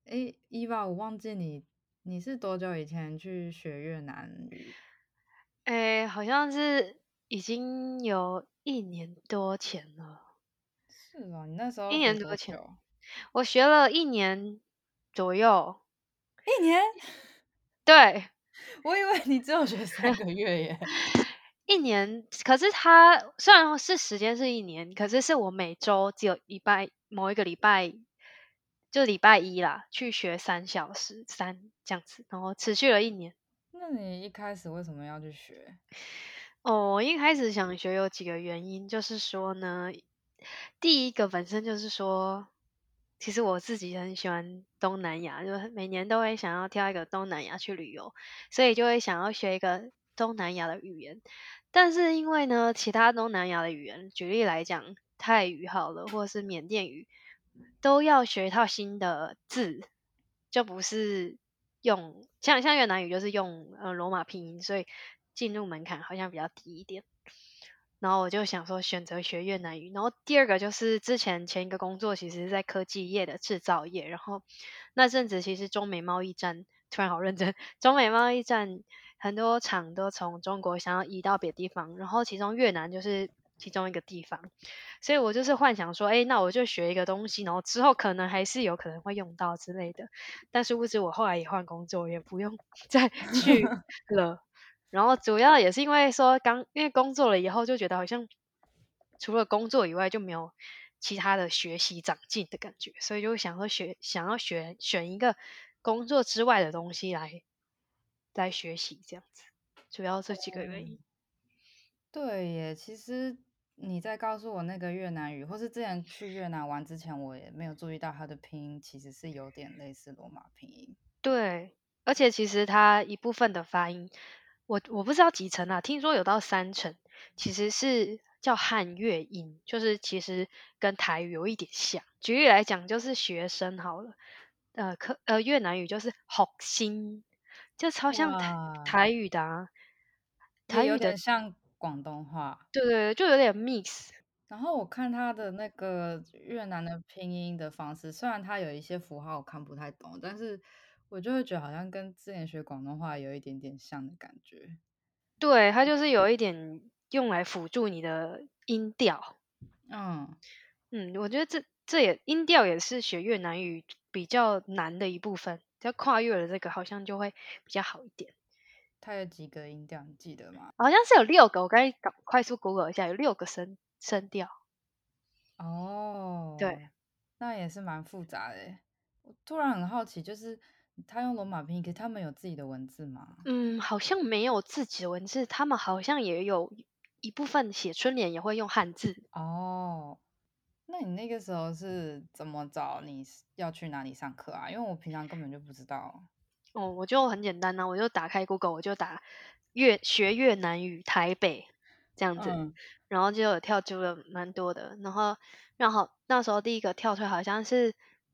伊娃，我忘记你是多久以前去学越南语？ 好像是已经有1年多前了是哦，你那时候一学年多前， 多久？ 我学了1年左右。 1年？ 对我以为你只有学3个月耶。 1年。可是它虽然是时间是1年，可是是我每周只有某一个礼拜，就礼拜一啦，去学3小时这样子，然后持续了1年。 那你一开始为什么要去学？ 哦，一开始想学有几个原因，就是说呢，第一个本身就是说，其实我自己很喜欢东南亚，就是每年都会想要挑一个东南亚去旅游，所以就会想要学一个东南亚的语言。但是因为呢，其他东南亚的语言，举例来讲，泰语好了，或者是缅甸语，都要学一套新的字，就不是像越南语就是用罗马拼音，所以进入门槛好像比较低一点。然后我就想说选择学越南语，然后第二个就是前一个工作其实是在科技业的制造业，然后那阵子其实中美贸易战，突然好认真，中美贸易战很多厂都从中国想要移到别的地方，然后其中越南就是其中一个地方，所以我就是幻想说，哎，那我就学一个东西，然后之后可能还是有可能会用到之类的。但是不知我后来也换工作，也不用再去了。然后主要也是因为说因为工作了以后就觉得好像除了工作以外就没有其他的学习长进的感觉，所以就想说想要选一个工作之外的东西来学习这样子，主要这几个原哦， 因。 对耶，其实你在告诉我那个越南语，或是之前去越南玩之前，我也没有注意到它的拼音其实是有点类似罗马拼音。 对，而且其实它一部分的发音，我不知道几成啊，听说有到3成，其实是叫汉越音，就是其实跟台语有一点像。举例来讲，就是学生好了，越南语就是học sinh，就超像哇， 台语的啊， 也有台语的， 点像广东话。 对对对，就有点 mix。 然后我看他的那个越南的拼音的方式，虽然它有一些符号我看不太懂，但是我就会觉得好像跟之前学广东话有一点点像的感觉。 对，它就是有一点用来辅助你的音调。 嗯， 嗯，我觉得这也音调也是学越南语比较难的一部分，只要跨越了这个，好像就会比较好一点。 它有几个音调，你记得吗？ 好像是有6个，我刚才快速 Google 一下，有6个声调。对， 哦，那也是蛮复杂的诶。我突然很好奇，就是他用罗马拼音，可是他们有自己的文字吗？ 嗯，好像没有自己的文字，他们好像也有一部分写春联也会用汉字。 哦，那你那个时候是怎么找你是要去哪里上课啊？因为我平常根本就不知道。 哦，我就很简单呐、我就打开 Google，我就打学越南语台北这样子， 嗯然后就有跳出了蛮多的，然后那时候第一个跳出来好像是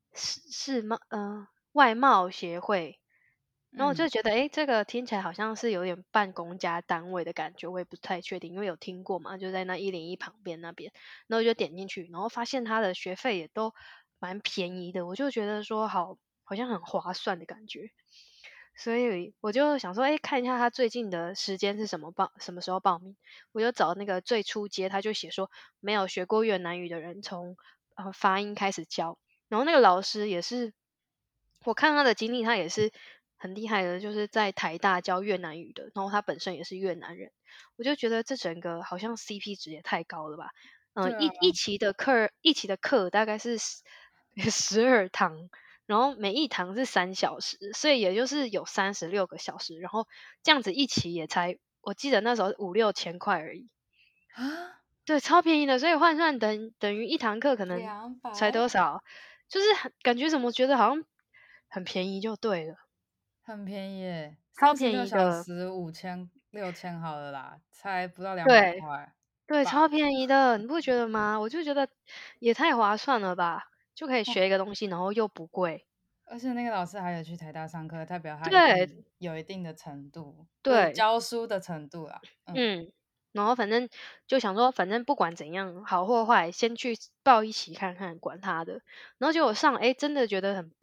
外贸协会，然后我就嗯， 觉得诶，这个听起来好像是有点办公家单位的感觉，我也不太确定，因为有听过嘛，就在那101旁边那边，然后我就点进去，然后发现他的学费也都蛮便宜的，我就觉得说好像很划算的感觉。所以我就想说，哎，看一下他最近的时间是什么时候报名。我就找那个最初阶，他就写说没有学过越南语的人从发音开始教。然后那个老师也是，我看他的经历，他也是很厉害的，就是在台大教越南语的，然后他本身也是越南人。我就觉得这整个好像 CP 值也太高了吧。 对啊， 一期的课大概是12堂，然后每一堂是3小时，所以也就是有36个小时，然后这样子一期也才我记得那时候5、6千块而已， 啊， 对，超便宜的，所以换算等于一堂课可能才 200， 多少，就是感觉怎么觉得好像很便宜就对了， 很便宜耶， 超 36小便宜的， 时5000、6000好了啦，才不到两百对块对，超吧？ 便宜的，你不觉得吗？我就觉得也太划算了吧，就可以学一哇， 个东西，然后又不贵， 而且那个老师还有去台大上课，代表他一对定有一定的程度，就是对。 教书的程度啦。嗯， 嗯，然后反正就想说，反正不管怎样，好或坏，先去报一起看看，管他的。然后结果上，哎，真的觉得很棒。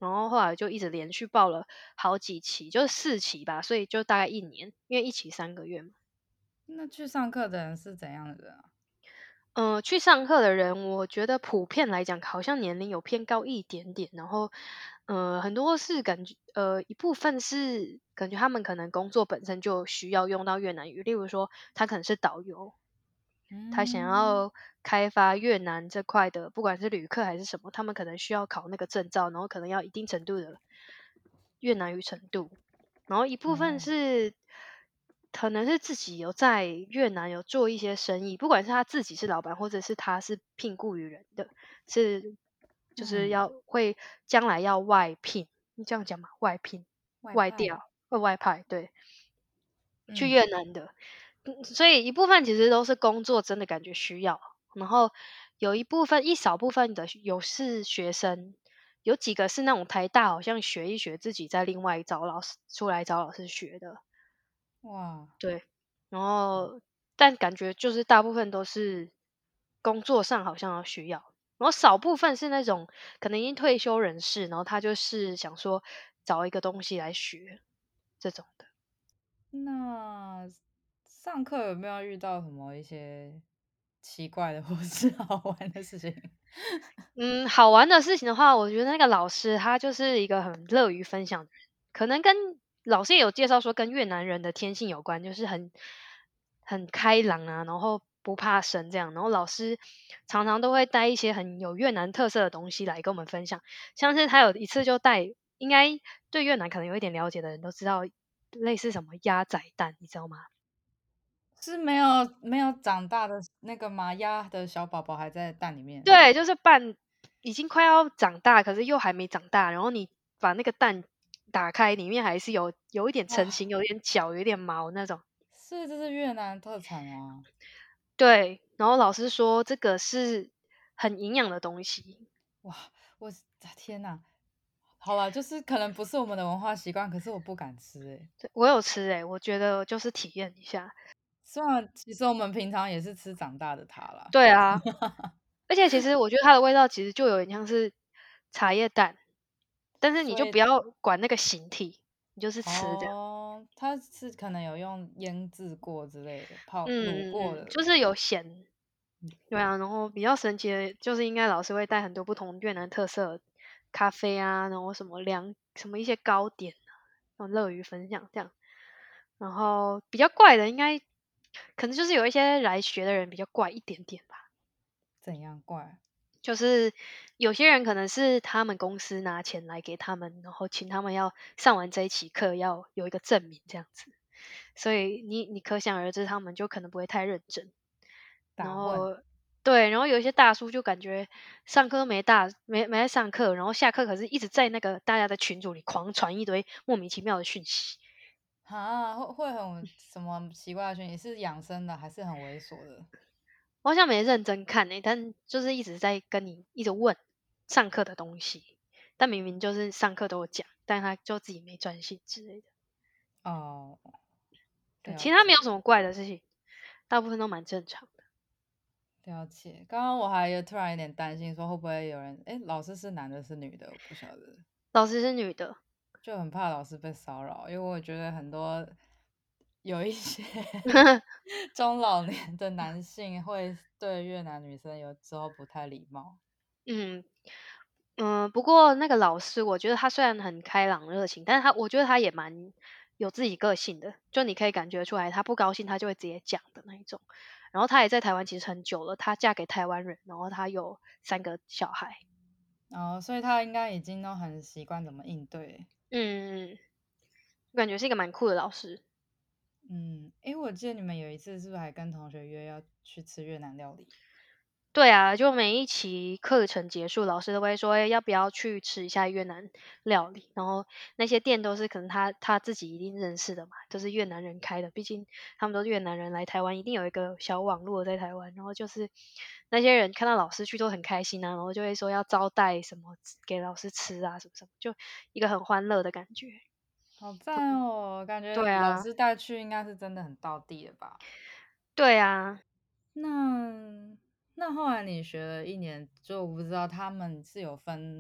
然后后来就一直连续报了好几期，就是4期吧，所以就大概1年，因为1期3个月嘛。 那去上课的人是怎样的人啊？ 去上课的人，我觉得普遍来讲，好像年龄有偏高一点点，然后，很多是感觉，一部分是感觉他们可能工作本身就需要用到越南语，例如说他可能是导游，他想嗯， 要开发越南这块的，不管是旅客还是什么，他们可能需要考那个证照，然后可能要一定程度的越南语程度。然后一部分哦， 是可能是自己有在越南有做一些生意，不管是他自己是老板，或者是他是聘雇于人的，是就是嗯， 将来要外聘，你这样讲嘛？外聘、 外派， 外调、外派，对，去嗯， 越南的。所以一部分其实都是工作真的感觉需要，然后有一少部分的是学生，有几个是那种台大好像学一学，自己再另外找老师学的。 哇， 对，然后但感觉就是大部分都是工作上好像要需要，然后少部分是那种可能已经退休人士，然后他就是想说找一个东西来学这种的。 那上课有没有遇到什么一些奇怪的或是好玩的事情？ 嗯，好玩的事情的话，我觉得那个老师他就是一个很乐于分享的人，可能跟老师也有介绍说跟越南人的天性有关，就是很开朗啊，然后不怕生这样。然后老师常常都会带一些很有越南特色的东西来跟我们分享，像是他有一次就带，应该对越南可能有一点了解的人都知道，类似什么鸭仔蛋，你知道吗？ 是没有长大的那个吗？鸭的小宝宝还在蛋里面。 对，就是已经快要长大，可是又还没长大，然后你把那个蛋打开，里面还是有一点成哇， 型，有点角，有点毛那种。 所以这是越南特产吗？ 对，然后老师说这个是很营养的东西。 哇，我天哪！好了，就是可能不是我们的文化习惯，可是我不敢吃诶。 对我有吃诶，我觉得就是体验一下。 虽然其实我们平常也是吃长大的它啦。 对啊，而且其实我觉得它的味道其实就有点像是茶叶蛋，但是你所以就不要管那个形体，你就是吃这样。 哦，它是可能有用腌制过之类的，卤过的。 就是有咸。对啊，然后比较神奇的就是应该老师会带很多不同越南特色咖啡啊，然后什么一些糕点啊，然后乐于分享这样。然后比较怪的应该可能就是有一些来学的人比较怪一点点吧， 怎样怪？ 就是有些人可能是他们公司拿钱来给他们，然后请他们要上完这一期课要有一个证明这样子，所以你可想而知，他们就可能不会太认真。然打混？ 后对，然后有一些大叔就感觉上课都没在上课，然后下课可是一直在那个大家的群组里狂传一堆莫名其妙的讯息。 哈，会很什么奇怪的讯息？是养生的还是很猥琐的？ 我好像没认真看但就是一直在跟你一直问上课的东西，但明明就是上课都有讲，但他就自己没专心之类的。 哦， 对，其他没了解有什么怪的事情，大部分都蛮正常的。 了解。刚刚我还有突然有点担心，说会不会有人，诶，老师是男的是女的？我不晓得。 老师是女的。 就很怕老师被骚扰，因为我觉得很多有一些中老年的男性会对越南女生有时候不太礼貌。 嗯，不过那个老师，我觉得他虽然很开朗热情，但是我觉得他也蛮有自己个性的，就你可以感觉出来，他不高兴他就会直接讲的那一种。然后他也在台湾其实很久了，她嫁给台湾人，然后他有3个小孩。 哦，所以他应该已经都很习惯怎么应对。 嗯，我感觉是一个蛮酷的老师。 嗯，诶，我记得你们有一次是不是还跟同学约要去吃越南料理？ 对啊，就每一期课程结束，老师都会说：“哎，要不要去吃一下越南料理？”然后那些店都是可能他自己一定认识的嘛，都是越南人开的，毕竟他们都是越南人来台湾，一定有一个小网络在台湾。然后就是那些人看到老师去都很开心啊，然后就会说要招待什么给老师吃啊，什么什么，就一个很欢乐的感觉。 好赞哦，感觉对啊， 老师带去应该是真的很到地了吧？ 对啊， 那后来你学了1年，就我不知道他们是有分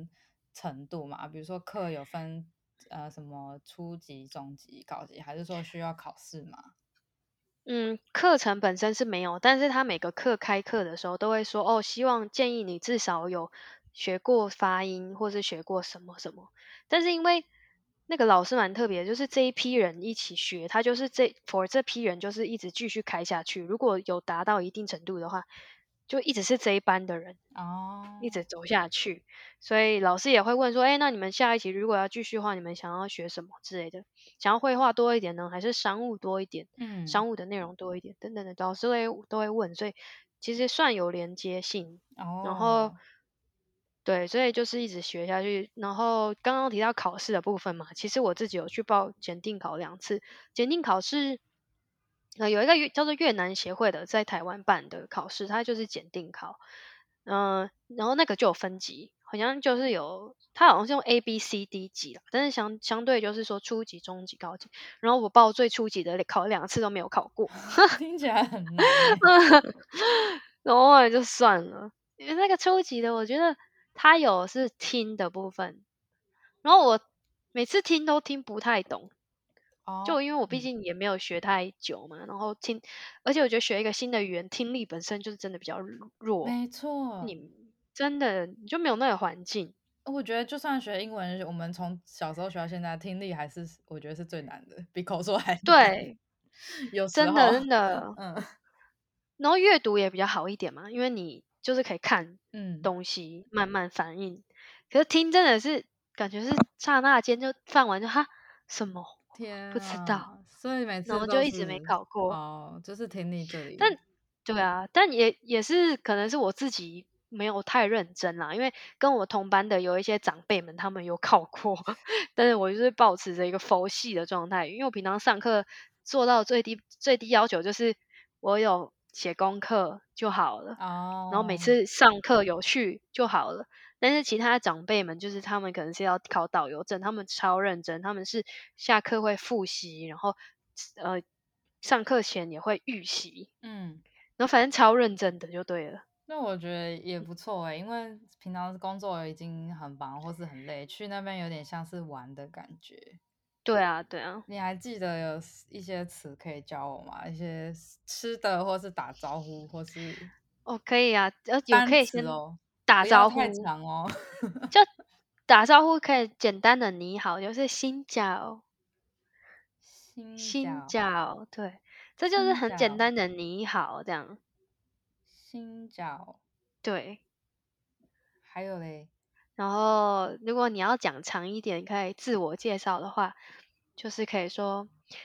程度嘛？比如说课有分什么初级、中级、高级，还是说需要考试吗？ 嗯，课程本身是没有，但是他每个课开课的时候都会说，哦，希望建议你至少有学过发音，或是学过什么什么。但是因为那个老师蛮特别的，就是这一批人一起学，他就是这批人就是一直继续开下去。如果有达到一定程度的话，就一直是这一班的人一直哦， 走下去。所以老师也会问说，哎，那你们下一期如果要继续的话，你们想要学什么之类的？想要绘画多一点呢，还是商务多一点？ 嗯， 商务的内容多一点等等的，老师都会问，所以其实算有连接性。然后哦， 对，所以就是一直学下去。然后刚刚提到考试的部分嘛，其实我自己有去报检定考2次。检定考试，有一个叫做越南协会的，在台湾办的考试，它就是检定考。然后那个就有分级，好像就是它好像是用 A、B、C、D 级啦，但是相对就是说初级、中级、高级。然后我报最初级的，考2次都没有考过。 听起来很难呢。 然后后来就算了，因为那个初级的，我觉得它有是听的部分，然后我每次听都听不太懂， 哦， 就因为我毕竟也没有学太久嘛，然后而且我觉得学一个新的语言，听力本身就是真的比较弱， 没错。 你真的你就没有那个环境， 我觉得就算学英文，我们从小时候学到现在，听力还是我觉得是最难的，比口说还难。 对， 有时真的候， 真的。 嗯然后阅读也比较好一点嘛，因为你就是可以看嗯， 东西，慢慢反应。可是听真的是感觉是刹那间就放完就哈什么天不知道， 啊，所以每然后次都就一直没是考过。 就是听力这里。 但对啊，但也是可能是我自己没有太认真啦，因为跟我同班的有一些长辈们，他们有考过，但是我就是保持着一个佛系的状态，因为我平常上课做到最低要求就是我有写功课就好了，然后每哦， 次上课有去就好了。但是其他长辈们，就是他们可能是要考导游证，他们超认真，他们是下课会复习，然后呃上课前也会预习， 嗯， 然后反正超认真的就对了。 那我觉得也不错诶，因为平常工作已经很忙或是很累，去那边有点像是玩的感觉。 对啊，对啊， 你还记得有一些词可以教我吗？一些吃的，或是打招呼，或是哦，可以啊，可单以先词哦， 打不要太招呼， 长哦。 就打招呼可以简单的你好，就是新脚新新角， 脚，对，这就是很简新角， 单的你好这样， 新角， 对。 还有嘞， 然后如果你要讲长一点，可以自我介绍的话，就是可以说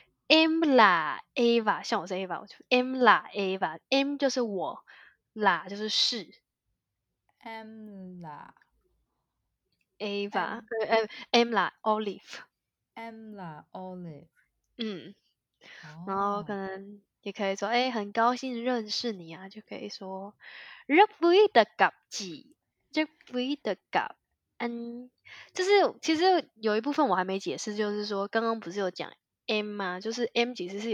M 啦 Ava，像我是 Ava，我就 M 啦 Ava，M 就是我，啦就是是 M 啦 Ava， ，M M 啦 Olive， M 啦，Olive， 嗯，然后可哦， 能也可以说，哎，很高兴认识你啊，就可以说 rất vui được gặp chị，rất vui được gặp anh，就是其实有一部分我还没解释，就是说刚刚不是有讲 M 吗？就是 M 其实是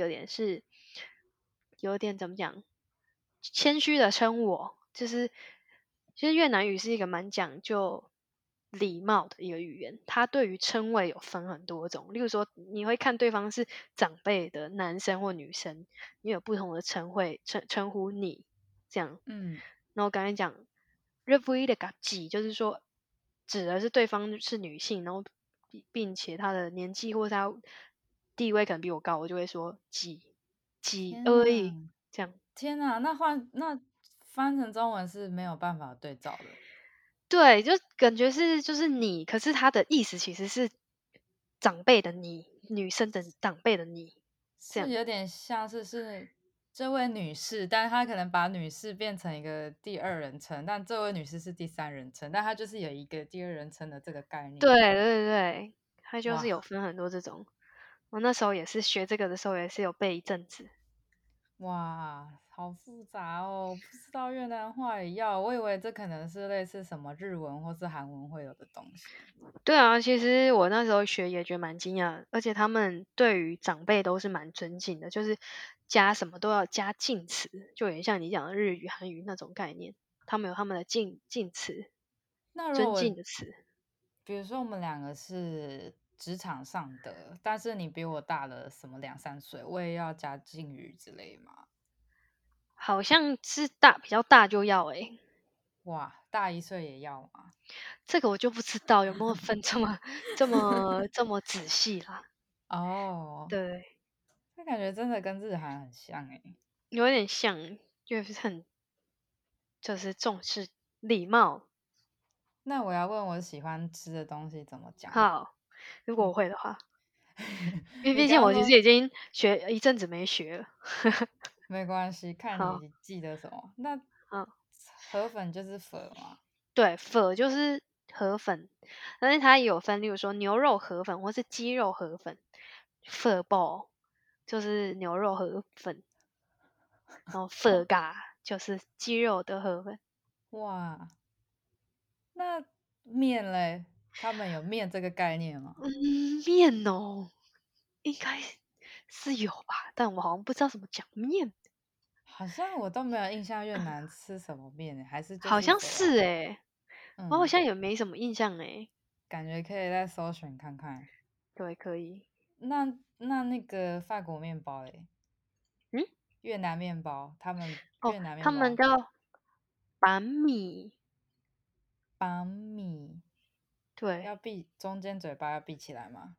有点怎么讲，谦虚的称我，就是其实越南语是一个蛮讲究礼貌的一个语言，它对于称谓有分很多种，例如说你会看对方是长辈的男生或女生，你有不同的称呼你这样。 嗯， 然后我刚才讲 r e v i 的 g a 就是说指的是对方是女性，然后并且她的年纪或者她地位可能比我高，我就会说几天而已呐， 这样。 天呐，那翻成中文是没有办法对照的。 对，就感觉就是你，可是他的意思其实是长辈的你，女生的长辈的你，这样。 是有点像是这位女士，但是她可能把女士变成一个第二人称，但这位女士是第三人称，但她就是有一个第二人称的这个概念。 对对对，他就是有哇分很多这种。我那时候也是学这个的时候，也是有背一阵子。 哇，好复杂哦！不知道越南话也要，我以为这可能是类似什么日文或是韩文会有的东西。 对啊，其实我那时候学也觉得蛮惊讶的，而且他们对于长辈都是蛮尊敬的，就是加什么都要加敬词，就有点像你讲的日语、韩语那种概念，他们有他们的敬词，尊那如果我敬的词。 比如说我们两个是职场上的，但是你比我大了什么2、3岁，我也要加敬语之类吗？ 好像是比较大就要哇，大1岁也要吗？ 这个我就不知道有没有分这么仔细啦。 哦， 对， 那感觉真的跟日韩很像诶。 有点像，就是就是重视礼貌。 那我要问我喜欢吃的东西怎么讲吗？ 好，如果我嗯， 会的话，因为你毕竟我其实刚刚说已经学一阵子没学了。 没关系，看好， 你记得什么。那好， 河粉就是粉嘛？ 对，粉就是河粉，但是它也有分，例如说牛肉河粉或是鸡肉河粉，粉包就是牛肉河粉，然后粉嘎就是鸡肉的河粉。 哇，那面嘞？他们有面这个概念吗？ 嗯，面哦，应该是有吧，但我好像不知道怎么讲面， 好像我都没有印象越南吃什么面欸，还是就好像是粉啊？ 是我好嗯， 像也没什么印象感觉可以再搜寻看看。 对，可以， 那个法国面包嘞， 嗯， 越南面包，他们哦， 越南他面包们叫板米， 板米对， 要闭中间嘴巴要闭起来吗？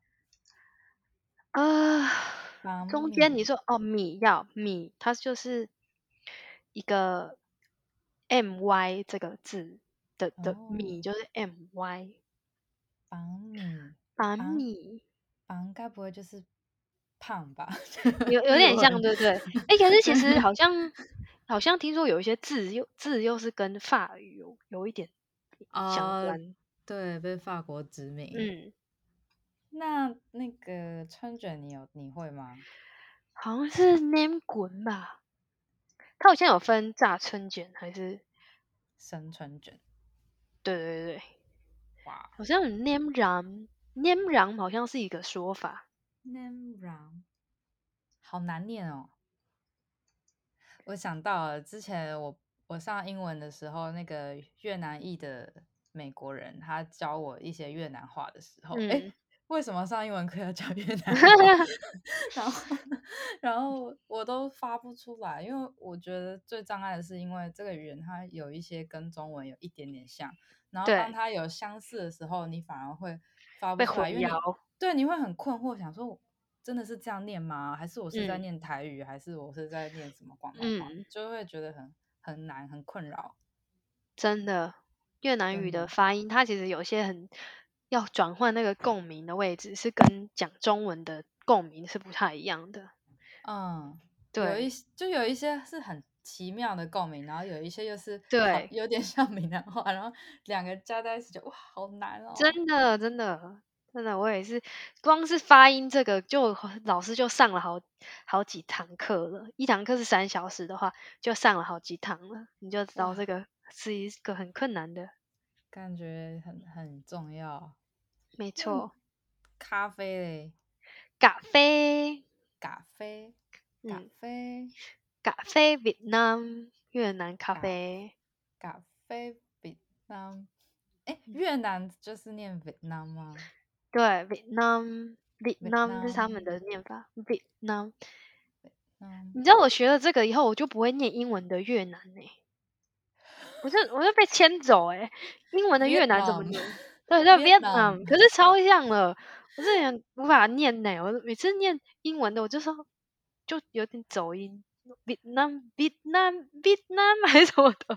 啊， 板中间你米说哦米，它就是一个 my 这个字的哦， 米就是 my 板米板板米， 板该不会就是胖吧？ 有点像， 日文对不对？可是其实好像听说有一些字又是跟法语有一点相啊， 关， 对，被法国殖民。 嗯， 那个春卷你会吗？ 好像是 name 滚吧，它好像有分炸春卷还是生春卷， 对对对， 哇好像有 name 好像是一个说法， ，nem ram 好难念哦。我想到了之前我上英文的时候，那个越南裔的美国人，他教我一些越南话的时候，诶， 嗯， 为什么上英文课要教越南话？然后然后我都发不出来，因为我觉得最障碍的是，因为这个语言它有一些跟中文有一点点像，然后当对， 它有相似的时候，你反而会发不被出来，因为混淆， 你会很困惑，想说真的是这样念吗？还是我是在嗯念台语，还是我是在念什么广东话？ 嗯。 就会觉得很难，很困扰。 真的，越南语真的， 的发音，它其实有些要转换那个共鸣的位置，是跟讲中文的共鸣是不太一样的。 嗯， 对有一些是很奇妙的共鸣，然后有一些又是好对， 有点像闽南话，然后两个加在一起就哇，好难哦。 真的真的真的，我也是，光是发音这个老师就上了好几堂课了，一堂课是3小时的话，就上了好几堂了，你就知道这哇， 个是一个很困难的。 感觉很重要。那没错， 咖啡嘞， 咖啡， 咖啡，咖嗯， 啡， 咖啡 Vietnam 越南咖咖啡。 咖啡比南，哎，越南就是念 Vietnam 吗对，Vietnam 是他 ？Vietnam， 们的念法，Vietnam。 嗯你知道我学了这个以后，我就不会念英文的越南我就被牵走英文的越南怎么 ，Vietnam，Vietnam， 念？对对，Vietnam，可是超像了，我这点无法念我每次念英文的，我就说就有点走音，Vietnam 还是什么的，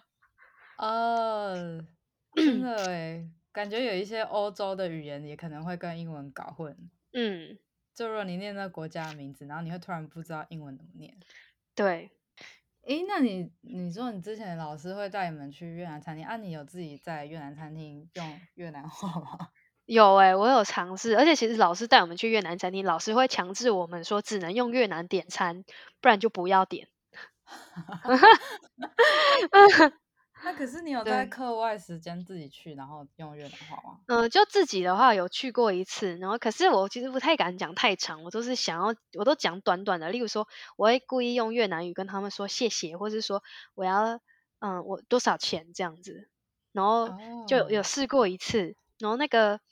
真的诶，感觉有一些欧洲的语言也可能会跟英文搞混。 嗯， 就如果你念那个国家的名字，然后你会突然不知道英文怎么念。 对。 诶，那你说你之前的老师会带你们去越南餐厅啊？你有自己在越南餐厅用越南话吗？ 有我有尝试，而且其实老师带我们去越南餐厅，老师会强制我们说只能用越南点餐，不然就不要点。 那可是你有在对， 课外时间自己去，然后用越南话吗？ 就自己的话有去过一次，然后可是我其实不太敢讲太长，我都讲短短的，例如说我会故意用越南语跟他们说谢谢，或是说我要我多少钱这样子，然后就有哦， 试过一次，然后那个。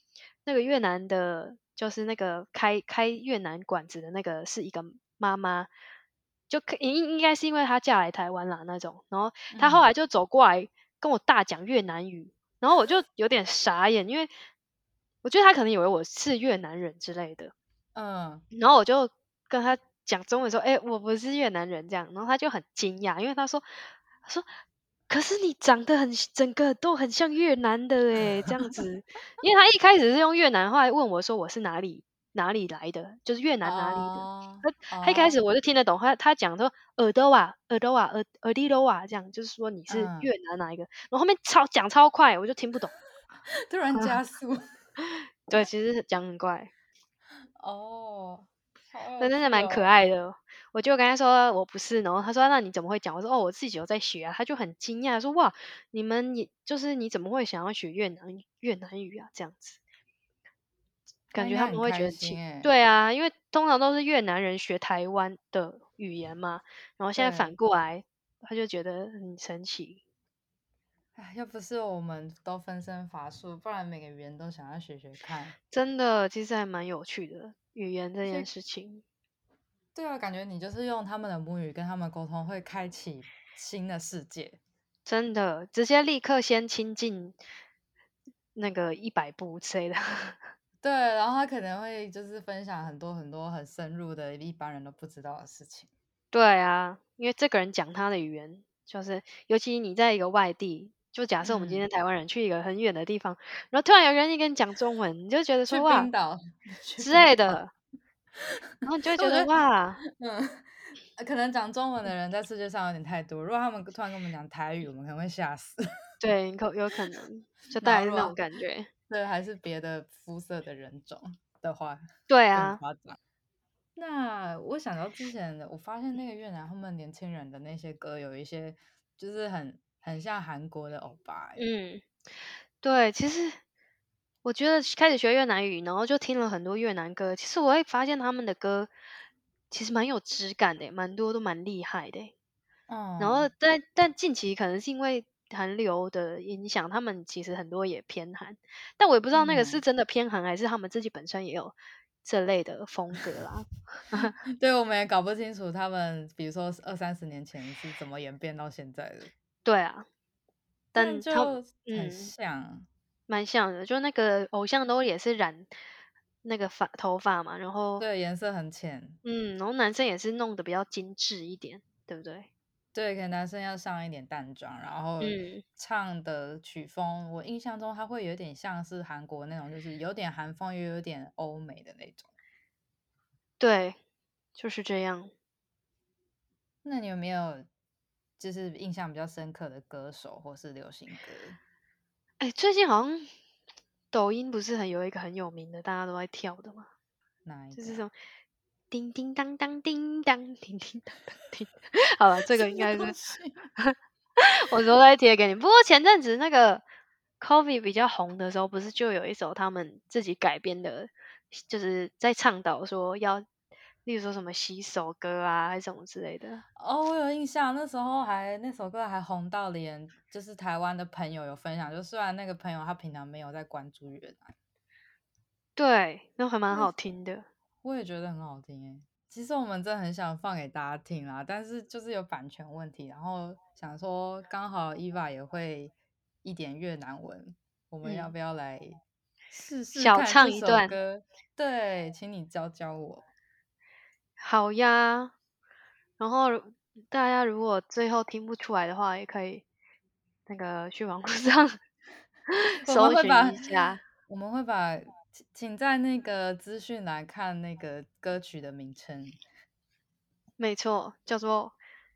那个越南的，就是那个开越南馆子的那个是一个妈妈，应该是因为她嫁来台湾啦那种，然后她后嗯来就走过来跟我大讲越南语，然后我就有点傻眼，因为我觉得她可能以为我是越南人之类的， 嗯， 然后我就跟她讲中文说："哎、我不是越南人。"这样，然后她就很惊讶，因为她说可是你长得整个都很像越南的诶，这样子。因为他一开始是用越南话问我说我是哪里来的，就是越南哪里的。 哦他一开始哦， 我就听得懂，他讲说耳朵啊，耳朵啊，耳地罗啊，这样就是说你是嗯， 越南哪一个，然后后面讲超快，我就听不懂。 突然加速， 对，其实讲很快。 哦，好有那真的蛮可趣哦。 爱的。我就跟他说我不是，然后他说那你怎么会讲？我说哦，我自己有在学啊。他就很惊讶说哇，你们也就是你怎么会想要学越南语啊？这样子， 他感觉他们会觉应该很开得很奇。 心诶。 对啊，因为通常都是越南人学台湾的语言嘛，然后现在对， 反过来，他就觉得很神奇。 哎，要不是我们都分身乏术，不然每个语言都想要学学看。 真的，其实还蛮有趣的，语言这件而且， 事情。 对啊，感觉你就是用他们的母语跟他们沟通，会开启新的世界。 真的，直接立刻先亲近那个100步之类的。 对，然后他可能会就是分享很多很多很深入的一般人都不知道的事情。 对啊，因为这个人讲他的语言，就是尤其你在一个外地，就假设我们今嗯， 天台湾人去一个很远的地方，然后突然有人跟你讲中文，你就觉得去说哇冰岛，去之冰岛， 类的，然后你就会觉得我觉得， 哇， 嗯，可能讲中文的人在世界上有点太多，如果他们突然跟我们讲台语，我们可能会吓死。 对，有可能，就大概是那种然后如果感觉。 对还是别的肤色的人种的话， 对啊， 更夸张。那我想到之前的，我发现那个越南他们年轻人的那些歌，有一些就是很像韩国的欧巴欸。 嗯，对，其实我觉得开始学越南语，然后就听了很多越南歌，其实我会发现他们的歌其实蛮有质感的，蛮多都蛮厉害的。然后嗯但近期可能是因为韩流的影响，他们其实很多也偏韩，但我也不知道那个是嗯， 真的偏韩，还是他们自己本身也有这类的风格啦。 对，我们也搞不清楚他们，比如说20-30年前是怎么演变到现在的， 对啊， 但但他们就很像。 蛮像的，就那个偶像都也是染那个头发嘛，然后对，颜色很浅。 然后男生也是弄得比较精致一点，对不对？ 对，可能男生要上一点淡妆，然后嗯， 唱的曲风，我印象中他会有点像是韩国那种，就是有点韩风，又有点欧美的那种。 对，就是这样。 那你有没有就是印象比较深刻的歌手或是流行歌？ 哎，最近好像抖音不是有一个很有名的，大家都在跳的吗？ 哪一个啊？ 就是什么叮叮当当叮当，叮叮当当叮。好了，这什么个应该是东西？ 我之后再贴给你。不过前阵子那个 Coffee 比较红的时候，不是就有一首他们自己改编的，就是在倡导说要，例如说什么洗手歌啊，还是什么之类的。 哦，我有印象，那时候那首歌还红到连就是台湾的朋友有分享，就虽然那个朋友他平常没有在关注越南， 对，那还蛮那好听的。 我也觉得很好听诶。其实我们真的很想放给大家听啦，但是就是有版权问题，然后想说刚好 Eva 也会一点越南文，我们要嗯， 不要来试试小看这唱一段， 首歌？对，请你教教我。 好呀。然后大家如果最后听不出来的话，也可以那个去网络上我们搜寻会把一下。 我们会把请在那个资讯栏看那个歌曲的名称。 没错，叫做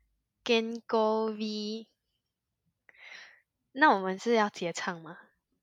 Gango V。那我们是要直唱吗？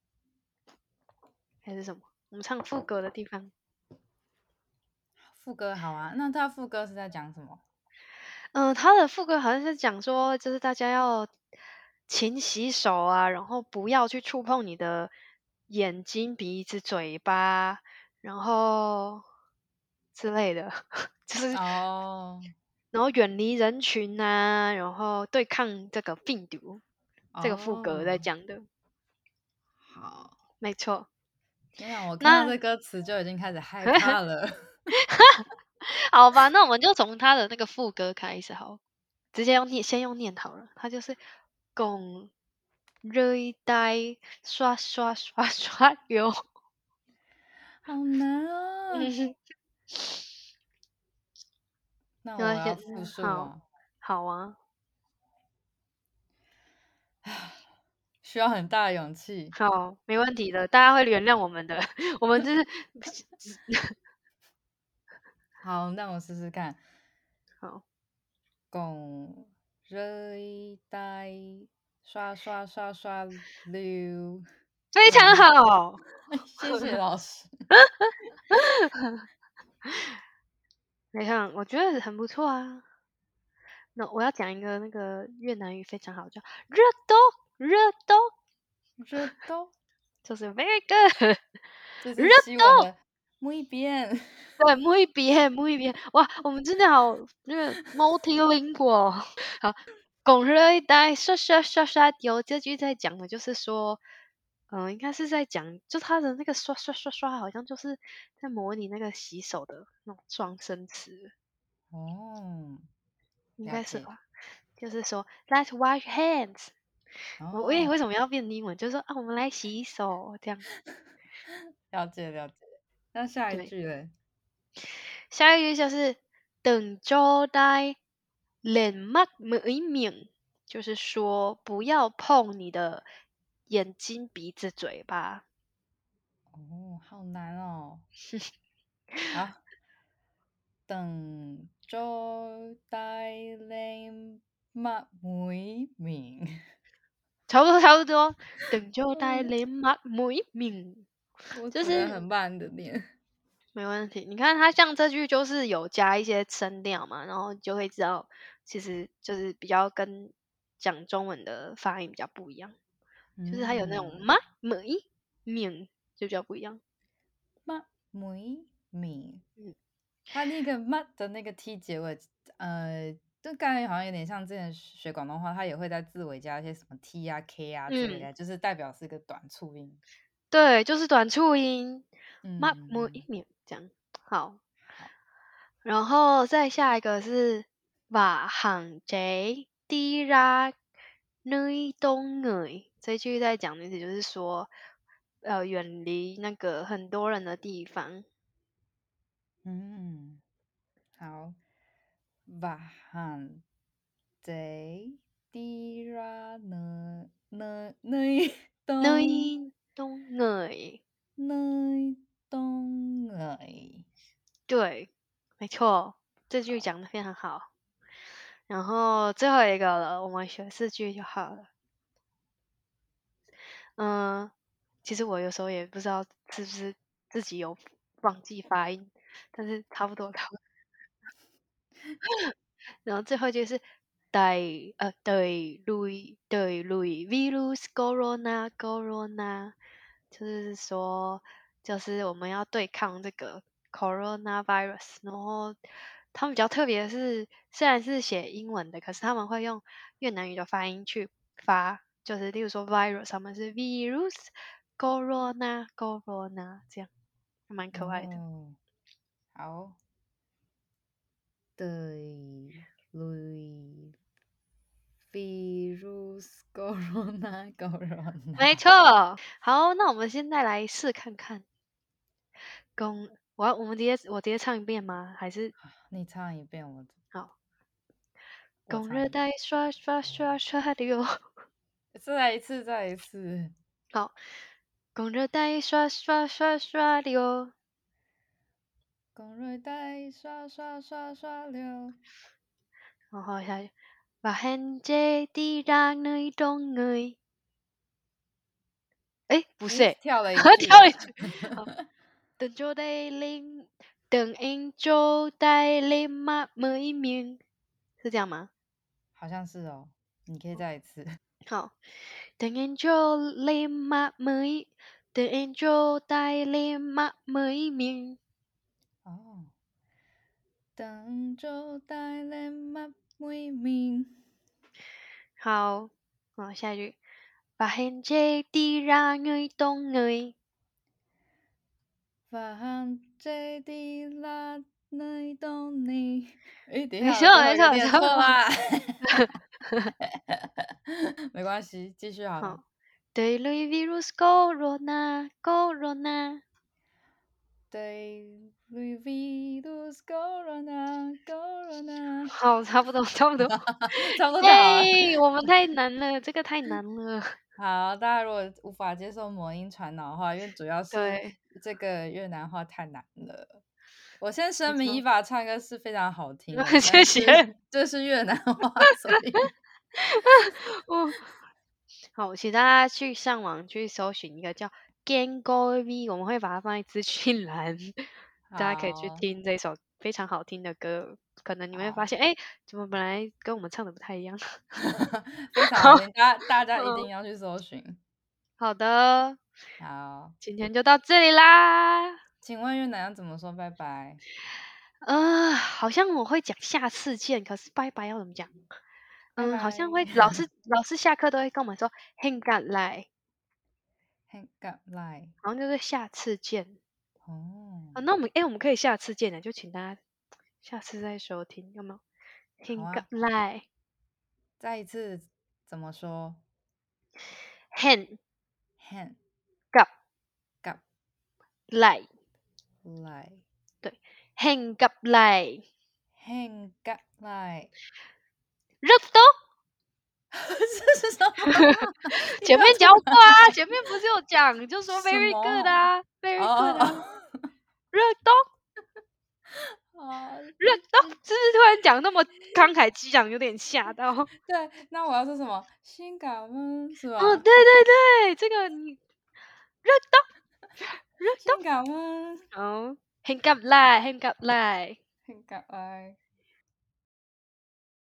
还是什么？我们唱副歌的地方。 副歌好啊，那他副歌是在讲什么？ 他的副歌好像是讲说，就是大家要勤洗手啊，然后不要去触碰你的眼睛、鼻子、嘴巴，然后之类的，就是哦然后远离人群啊，然后对抗这个病毒。这个副歌在哦， 讲的， 好， 没错。 天啊，我看到那这歌词就已经开始害怕了。 好吧，那我们就从他的那个副歌开始好，直接先用念好了。他就是拱瑞呆刷刷刷刷流， 好难啊！那我要然后先复述好吗？ 好啊， 需要很大的勇气。 好，没问题的，大家会原谅我们的，我们就是好，那我试试看。 好， 拱瑞呆刷刷刷刷溜， 非常是吗？ 好。 谢谢老师。 你看，我觉得很不错啊。那我要讲一个那个越南语非常好，叫热豆热豆， 热豆， 就是 very good 这是热豆。 西文的muy bien。 对，muy bien，muy bien，哇，我们真的好那个 multilingual。好，拱热一呆，刷刷刷刷丢。这句在讲的就是说，应该是在讲，就他的那个刷刷刷刷，好像就是在模拟那个洗手的那种撞声词， 哦， 应了解。 该是吧？就是说，Let's wash hands。我也哦， 为什么要变英文？就是说啊，我们来洗手这样。 了解了解。那下一对， 句嘞？ 下一句就是等周呆脸 mắt mũi miệng，就是说不要碰你的眼睛、鼻子、嘴巴。 哦，好难哦。好，等周带领马梅名。 差不多，差不多。等就呆嗯， 脸 mắt mũi miệng， 我只能很就是慢的念。 没问题。你看它像这句就是有加一些声调嘛，然后就会知道其实就是比较跟讲中文的发音比较不一样。就是它有那种嗯， 嘛、美、敏，就比较不一样。 马梅名， 嗯它那个马的那个 t 结尾，就感觉好像有点像之前学广东话，它也会在字尾加一些什么 t 啊、k 啊之类嗯， 的，就是代表是一个短促音。 对，就是短促音，嘛、美、 嗯， 敏这样。好， 好。 然后再下一个是把行贼低拉 nơi đông người，这句在讲的意思就是说，远离那个很多人的地方。 嗯，好。và hành tế đi ra nơi nơi nơi đông nơi đông người， nơi đông người。 对，没错，这句好， 讲的非常好。然后最后一个了，我们学4句就好了。嗯，其实我有时候也不知道是不是自己有忘记发音，但是差不多差不多。然后最后就是对 virus corona corona，就是说就是我们要对抗这个 coronavirus。然后他们比较特别的是，虽然是写英文的，可是他们会用越南语的发音去发，就是例如说 virus，他们是 virus corona corona 这样，还蛮可爱的。 哦，好，对，lui virus corona 没 corona。 错，好，那我们现在来试看看。我直接唱一遍吗？还是你唱一遍， 好？ 我唱一遍。 拱热带刷刷刷刷流， 再来一次，再来一次。 好，拱热带刷刷刷刷流， 公瑞带刷刷刷刷流。 然后下去，把痕迹滴让nơi đông người，哎，不是你诶， 跳了一句了。 跳一句，好，等就带领，等 anh 就带领马 mới miệng，是这样吗？ 好像是哦，你可以再一次。 好。等 Angel lên map mới,等 Angel 带lên map mới miền。 哦，等就带来马为名。 好，下一句，把痕迹滴让người đông người。 行这地拉内懂你。诶，等一没下，最后一个错没错念错啦。没关系，继续好了。 好，Daily virus corona corona。 对，virus corona corona。 好，差不多差不多。 差不多太好了。 耶，我们太难了，这个太难了。 好，大家如果无法接受魔音传脑的话，因为主要是对， 这个越南话太难了。我先声明，伊没错。 娃唱歌是非常好听的， 谢谢。 但是这是越南话，所以嗯，好，请大家去上网去搜寻一个叫 Gango V，我们会把它放在资讯栏，大家可以去好听这首非常好听的歌。可能你会发好。 现，哎，怎么本来跟我们唱的不太一样？ 非常好听，大家一定嗯， 要去搜寻。 好的， 好， 今天就到这里啦。 请问越南要怎么说拜拜？ 好像我会讲下次见，可是拜拜要怎么讲？好拜拜。 像会老师下课都会跟我们说 "hẹn gặp lại"， Hẹn gặp lại。 好像就是下次见。 哦， 那我们可以下次见的，就请大家下次再收听，有没有？"hẹn 好 gặp 啊， lại"， 再一次怎么说 "hẹn ？Hẹn gặp gặp lại"， lại。 对，"hẹn gặp lại"， Hẹn gặp lại。 rất tốt。 这是什么？你不前要突面教过然啊，前面不是有讲，你就说什 very good 么？ 啊，very good 啊哦。 ，rất tốt。 哦， 热到，是不是突然讲那么慷慨激昂，有点吓到？哦， 对，那我要说什么？性感吗？是对吧？ 对对，这个你热到热到， 性感吗？ 哦，很 gặp lại，很 gặp lại。 很可爱。